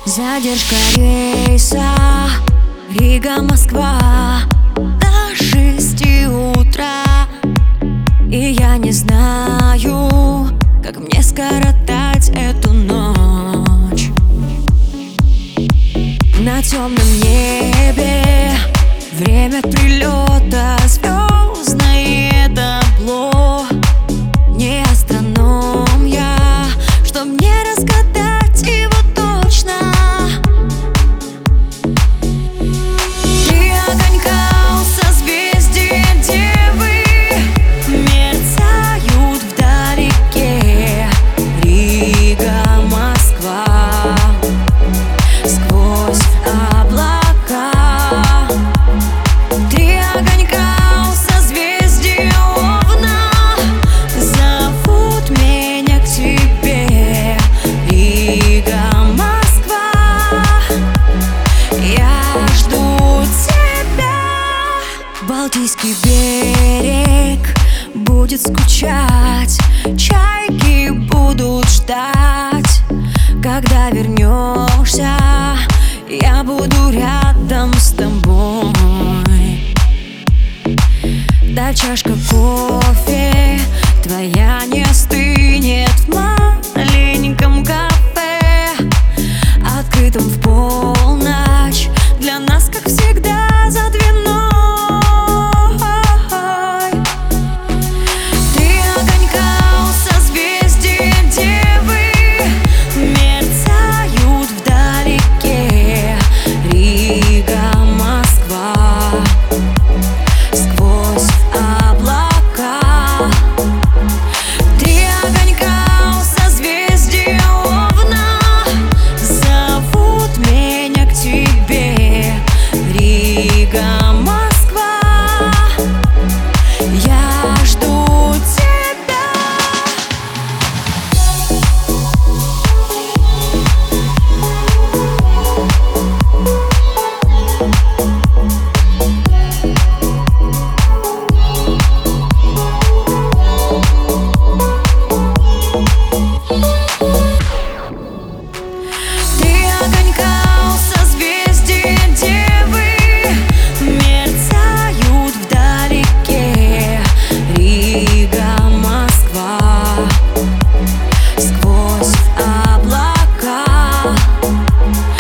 Задержка рейса Рига-Москва до 6 утра. И я не знаю, как мне скоротать эту ночь. На темном небе время прилета, звездное табло. Не астроном я, чтоб мне разгадать его точно. Три огонька у созвездия Девы мерцают вдалеке. Рига, Москва, сквозь облака. Три огонька у созвездия Овна зовут меня к тебе. Рига, Москва, я жду тебя. Балтийский берег будет скучать, чайки будут ждать. Когда вернешься, я буду рядом с тобой. Да чашка кофе твоя не остынет в маленьком кафе, открытом в полночь для нас, как всегда, за дверной. Три огонька у созвездия Девы мерцают вдалеке. Рига, Москва, сквозь облака. Три огонька у созвездия Овна зовут меня к тебе. Рига, Москва, я жду тебя. Три огонька у созвездия Девы мерцают вдалеке. Рига, Москва, сквозь облака.